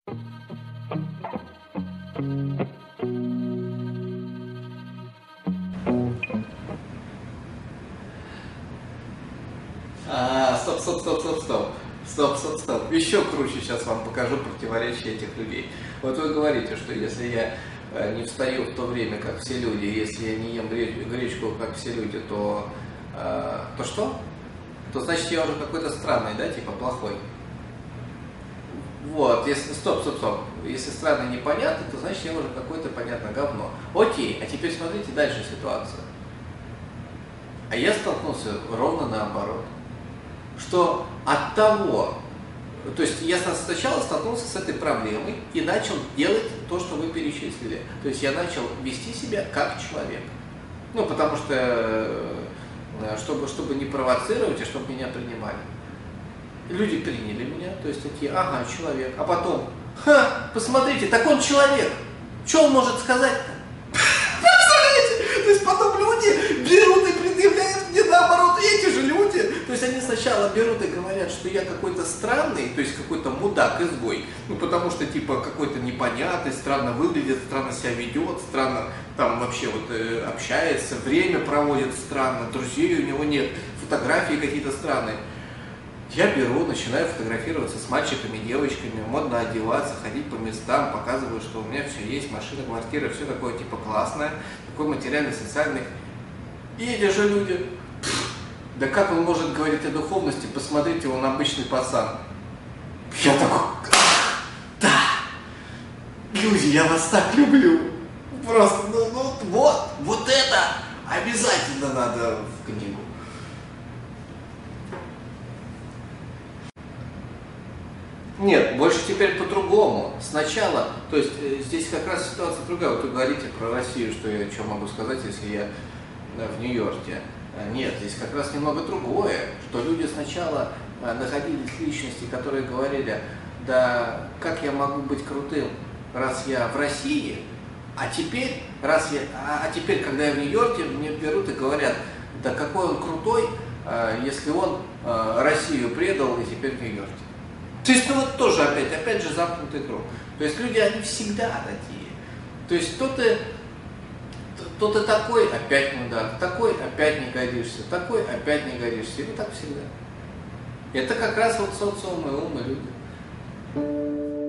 Стоп, стоп, стоп, стоп, стоп. Стоп, стоп, стоп. Еще круче сейчас вам покажу противоречие этих людей. Вот вы говорите, что если я не встаю в то время, как все люди, если я не ем гречку, как все люди, то что? То значит я уже какой-то странный, да, типа плохой. Вот, если, стоп, стоп, стоп. Если странный непонятный, то значит я уже какое-то, понятно, говно. Окей, а теперь смотрите дальше ситуацию. А я столкнулся ровно наоборот. Что от того, то есть я сначала столкнулся с этой проблемой и начал делать то, что вы перечислили. То есть я начал вести себя как человек. Ну, потому что, чтобы не провоцировать и чтобы меня принимали. Люди приняли меня, то есть такие, ага, человек. А потом, посмотрите, так он человек. Что он может сказать-то? Представляете? То есть потом люди берут и предъявляют мне наоборот эти же люди. То есть они сначала берут и говорят, что я какой-то странный, то есть какой-то мудак, изгой. Ну потому что типа какой-то непонятный, странно выглядит, странно себя ведет, странно там вообще вот общается, время проводит странно, друзей у него нет, фотографии какие-то странные. Я беру, начинаю фотографироваться с мальчиками, девочками, модно одеваться, ходить по местам, показываю, что у меня все есть, машина, квартира, все такое типа классное, такой материальный, социальный. И эти же люди, да как он может говорить о духовности, посмотрите, он обычный пацан. Я такой, да, люди, я вас так люблю. Просто, вот это обязательно надо в книгу. Нет, больше теперь по-другому. Сначала, то есть здесь как раз ситуация другая. Вот вы говорите про Россию, что я что могу сказать, если я в Нью-Йорке. Нет, здесь как раз немного другое, что люди сначала находились личности, которые говорили, да как я могу быть крутым, раз я в России, а теперь, теперь, когда я в Нью-Йорке, мне берут и говорят, да какой он крутой, если он Россию предал и теперь в Нью-Йорке. То есть, ну вот тоже опять же замкнутый круг. То есть люди, они всегда такие. То есть то ты такой, опять мудак, такой, опять не годишься, такой, опять не годишься. И вот так всегда. Это как раз вот социум и ум и люди.